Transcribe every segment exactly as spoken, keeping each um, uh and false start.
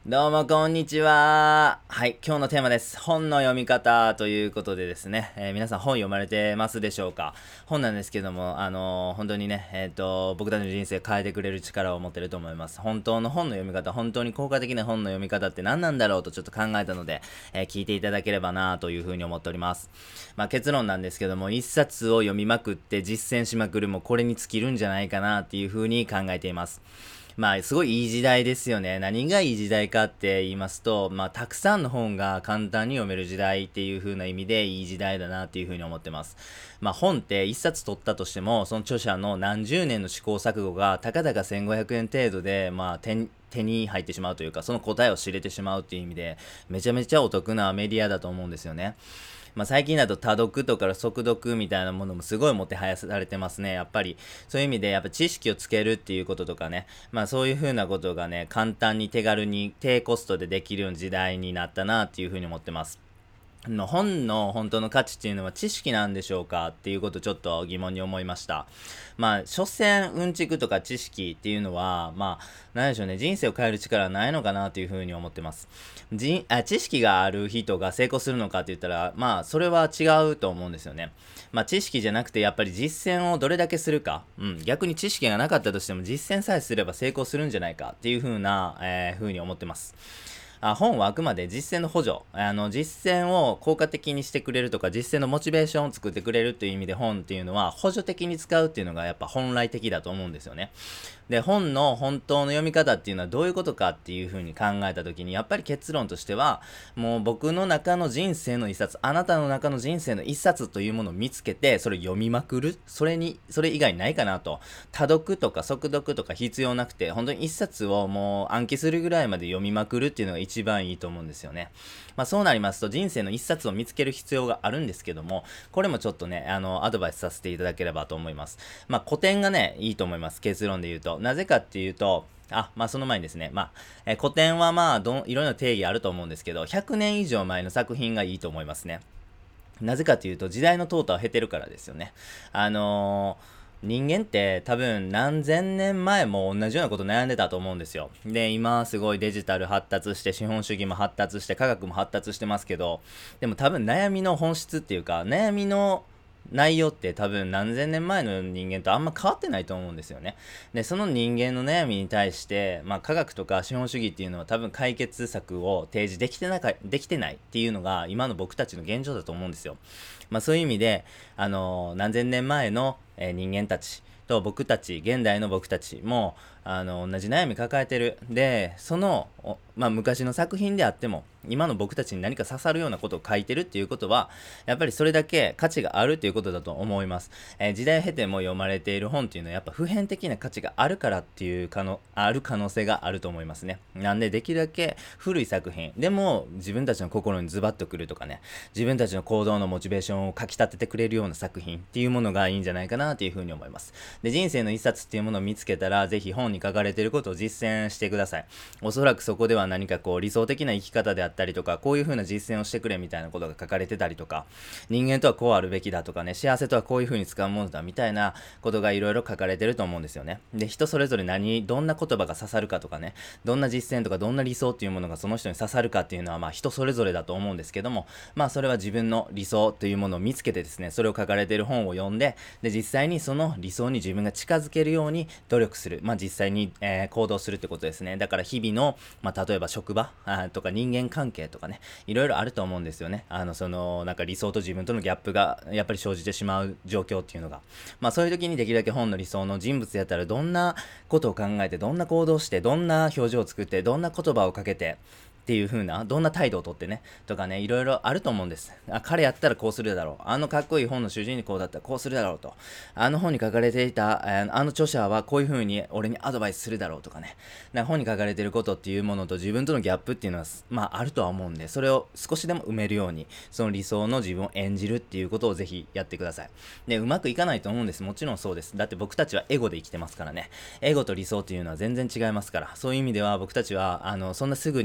どうもこんにちは。はい、今日のテーマです。本の読み方ということでですね、えー皆さん本読まれてますでしょうか？本なんですけども、あのー本当にね、えっ、と、僕たちの人生変えてくれる力を持ってると思います。本当の本の読み方、本当に効果的な本の読み方って何なんだろうとちょっと考えたので、えー聞いていただければなというふうに思っております。まあ結論なんですけども、一冊を読みまくって実践しまくるもこれに尽きるんじゃないかなっていうふうに考えています。まあ、すごいいい時代ですよね。何がいい時代かって言いますと、まあ、たくさんの本が簡単に読める時代っていう風な意味でいい時代だなっていう風に思ってます。まあ、本って一冊取ったとしても、その著者の何十年の試行錯誤がたかだかせんごひゃくえん程度で、まあ、手に手に入ってしまうというか、その答えを知れてしまうっていう意味で、めちゃめちゃお得なメディアだと思うんですよね。まあ、最近だと多読とか速読みたいなものもすごいもてはやされてますね。やっぱりそういう意味でやっぱ知識をつけるっていうこととかね、まあそういう風なことがね、簡単に手軽に低コストでできるような時代になったなっていう風に思ってます。の本の本当の価値っていうのは知識なんでしょうかっていうことをちょっと疑問に思いました。まあ、所詮うんちくとか知識っていうのは、まあ、なんでしょうね、人生を変える力はないのかなというふうに思ってます。人あ知識がある人が成功するのかって言ったら、まあ、それは違うと思うんですよね。まあ、知識じゃなくて、やっぱり実践をどれだけするか、うん、逆に知識がなかったとしても実践さえすれば成功するんじゃないかっていうふうな、えー、ふうに思ってます。あ本はあくまで実践の補助あの実践を効果的にしてくれるとか実践のモチベーションを作ってくれるっていう意味で本っていうのは補助的に使うっていうのがやっぱ本来的だと思うんですよね。で本の本当の読み方っていうのはどういうことかっていう風に考えた時にやっぱり結論としてはもう僕の中の人生の一冊あなたの中の人生の一冊というものを見つけてそれを読みまくるそれにそれ以外ないかなと。多読とか速読とか必要なくて本当に一冊をもう暗記するぐらいまで読みまくるっていうのが一番いいと思うんですよね。まあそうなりますと人生の一冊を見つける必要があるんですけどもこれもちょっとねあのアドバイスさせていただければと思います。まあ古典がねいいと思います。結論で言うとなぜかっていうとあ、まあその前にですね、まあ、えー古典はまあどん、いろいろな定義あると思うんですけど、ひゃくねん以上前の作品がいいと思いますね。なぜかというと、時代の淘汰を経てるからですよね。あのー人間って多分何千年前も同じようなこと悩んでたと思うんですよ。で、今すごいデジタル発達して資本主義も発達して科学も発達してますけど、でも多分悩みの本質っていうか、悩みの内容って多分何千年前の人間とあんま変わってないと思うんですよね。で、その人間の悩みに対して、まあ科学とか資本主義っていうのは多分解決策を提示できてなか、できてないっていうのが今の僕たちの現状だと思うんですよ。まあそういう意味で、あのー何千年前の、えー人間たちと僕たち、現代の僕たちも、あの同じ悩み抱えてる。で、その、まあ昔の作品であっても、今の僕たちに何か刺さるようなことを書いてるっていうことは、やっぱりそれだけ価値があるっていうことだと思います。えー時代を経ても読まれている本っていうのはやっぱ普遍的な価値があるからっていう可能、ある可能性があると思いますね。なんでできるだけ古い作品、でも自分たちの心にズバッとくるとかね、自分たちの行動のモチベーションをかき立ててくれるような作品っていうものがいいんじゃないかなっていうふうに思います。で、人生の一冊っていうものを見つけたら、ぜひ本に書かれていることを実践してください。おそらくそこでは何かこう理想的な生き方であったりとか、こういう風な実践をしてくれみたいなことが書かれてたりとか、人間とはこうあるべきだとかね、幸せとはこういう風に使うものだみたいなことがいろいろ書かれてると思うんですよね。で、人それぞれ何、どんな言葉が刺さるかとかね、どんな実践とかどんな理想っていうものがその人に刺さるかっていうのはまあ人それぞれだと思うんですけども、まあそれは自分の理想というものを見つけてですね、それを書かれている本を読んで、で、実際にその理想に自分が近づけるように努力する。まあ実際に、えー行動するってことですね。だから日々の、まあ例えば職場あとか人間関係とかね、いろいろあると思うんですよね。あの、その、なんか理想と自分とのギャップがやっぱり生じてしまう状況っていうのが。まあそういう時にできるだけ本の理想の人物やったらどんなことを考えて、どんな行動して、どんな表情を作って、どんな言葉をかけて、っていう風な、どんな態度をとってね、とかね、いろいろあると思うんです。あ、彼やったらこうするだろう。あのかっこいい本の主人公だったらこうするだろうと。あの本に書かれていた、えーあの著者はこういう風に俺にアドバイスするだろうとかね。なんか本に書かれていることっていうものと自分とのギャップっていうのは、まああるとは思うんで、それを少しでも埋めるように、その理想の自分を演じるっていうことをぜひやってください。で、うまくいかないと思うんです。もちろんそうです。だって僕たちはエゴで生きてますからね。エゴと理想っていうのは全然違いますから。そういう意味では僕たちは、あの、そんなすぐに達成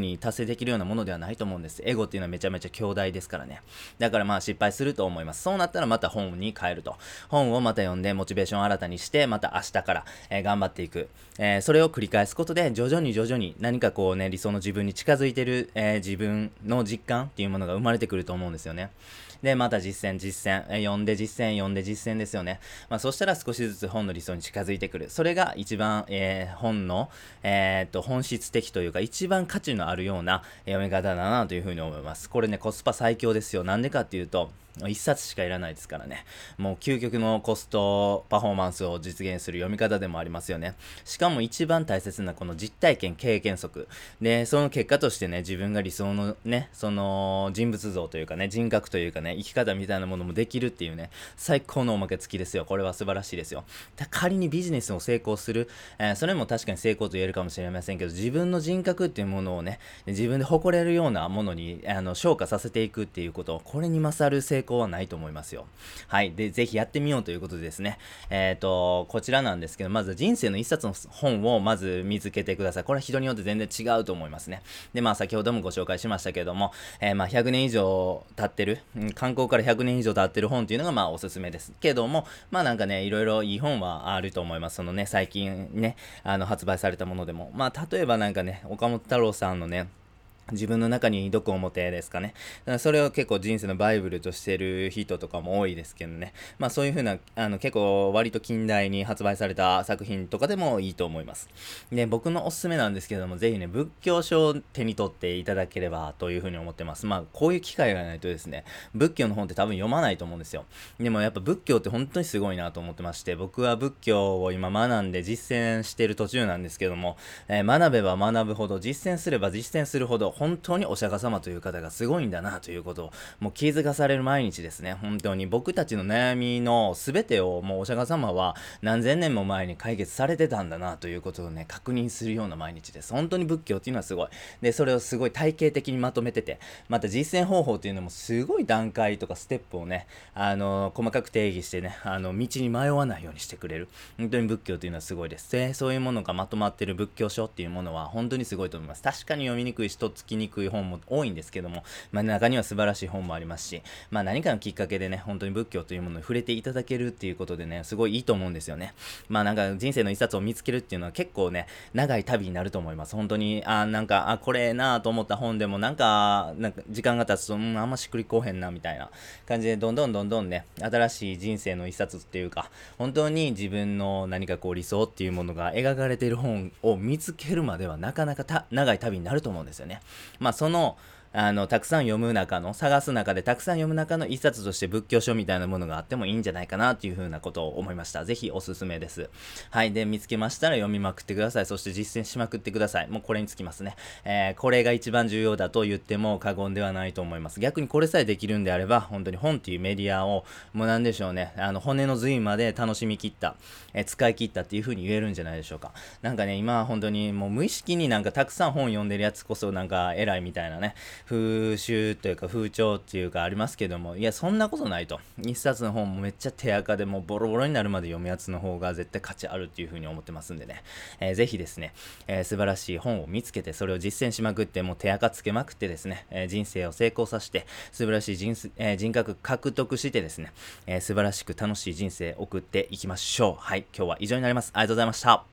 できるようなものではないと思うんです。エゴっていうのはめちゃめちゃ強大ですからね。だからまあ失敗すると思います。そうなったらまた本に変えると。本をまた読んでモチベーションを新たにして、また明日から、えー頑張っていく。えーそれを繰り返すことで、徐々に徐々に何かこうね、理想の自分に近づいてる、えー自分の実感っていうものが生まれてくると思うんですよね。で、また実践、実践、えー読んで実践、読んで実践ですよね。まあ、そしたら少しずつ本の理想に近づいてくる。それが一番、えー本の、えーっと、本質的というか、一番価値のあるような読み方だなというふうに思います。これね、コスパ最強ですよ。なんでかっていうと、一冊しかいらないですからね。もう究極のコストパフォーマンスを実現する読み方でもありますよね。しかも一番大切なこの実体験、経験則。で、その結果としてね、自分が理想のね、その人物像というかね、人格というかね、生き方みたいなものもできるっていうね、最高のおまけ付きですよ。これは素晴らしいですよ。仮にビジネスを成功する、えーそれも確かに成功と言えるかもしれませんけど、自分の人格っていうものをね、自分で誇れるようなものにあの昇華させていくっていうこと、これに勝る成功はないと思いますよ。はい。で、ぜひやってみようということでですね、えっ、と、こちらなんですけど、まず人生の一冊の本をまず見つけてください。これは人によって全然違うと思いますね。で、まあ先ほどもご紹介しましたけども、えーまあひゃくねん以上経ってる、うん、観光からひゃくねん以上経ってる本っていうのがまあおすすめですけども、まあなんかね、いろいろいい本はあると思います。そのね、最近ね、あの発売されたものでも。まあ例えばなんかね、岡本太郎さんのね、自分の中に毒を持てですかね。だからそれを結構人生のバイブルとしてる人とかも多いですけどね。まあそういう風な、あの結構割と近代に発売された作品とかでもいいと思います。で、僕のおすすめなんですけども、ぜひね、仏教書を手に取っていただければという風に思ってます。まあこういう機会がないとですね、仏教の本って多分読まないと思うんですよ。でもやっぱ仏教って本当にすごいなと思ってまして、僕は仏教を今学んで実践している途中なんですけども、えー学べば学ぶほど、実践すれば実践するほど、本当にお釈迦様という方がすごいんだなということを、もう気づかされる毎日ですね。本当に僕たちの悩みの全てを、もうお釈迦様は何千年も前に解決されてたんだなということをね、確認するような毎日です。本当に仏教っていうのはすごい。で、それをすごい体系的にまとめてて、また実践方法っていうのもすごい段階とかステップをね、あの細かく定義してね、あの道に迷わないようにしてくれる。本当に仏教というのはすごいです。で、そういうものがまとまってる仏教書っていうものは本当にすごいと思います。確かに読みにくいし、とっつきにくい本も多いんですけども、まあ、中には素晴らしい本もありますし、まあ、何かのきっかけでね、本当に仏教というものに触れていただけるっていうことでね、すごいいいと思うんですよね。まあなんか人生の一冊を見つけるっていうのは結構ね、長い旅になると思います。本当に、あ、なんか、あ、これええなあと思った本でも、なんか、なんか時間が経つと、うん、あんましっくりこうへんなみたいな感じで、どんどんどんどんね、新しい人生の一冊っていうか、本当に自分の何かこう理想っていうものが描かれている本を見つけるまではなかなかた長い旅になると思うんですよね。まあそのあのたくさん読む中の探す中でたくさん読む中の一冊として仏教書みたいなものがあってもいいんじゃないかなというふうなことを思いました。ぜひおすすめです。はい。で、見つけましたら読みまくってください。そして実践しまくってください。もうこれにつきますね。えーこれが一番重要だと言っても過言ではないと思います。逆にこれさえできるんであれば、本当に本っていうメディアをもうなんでしょうね、あの骨の髄まで楽しみきった、えー使い切ったっていう風に言えるんじゃないでしょうか。なんかね、今は本当にもう無意識になんかたくさん本読んでるやつこそなんか偉いみたいなね、風習というか風潮っていうかありますけども、いやそんなことないと。一冊の本もめっちゃ手垢でもうボロボロになるまで読むやつの方が絶対価値あるっていう風に思ってますんでね、えーぜひですね、えー素晴らしい本を見つけてそれを実践しまくって、もう手垢つけまくってですね、えー人生を成功させて素晴らしい人,、えー人格獲得してですね、えー素晴らしく楽しい人生を送っていきましょう。はい、今日は以上になります。ありがとうございました。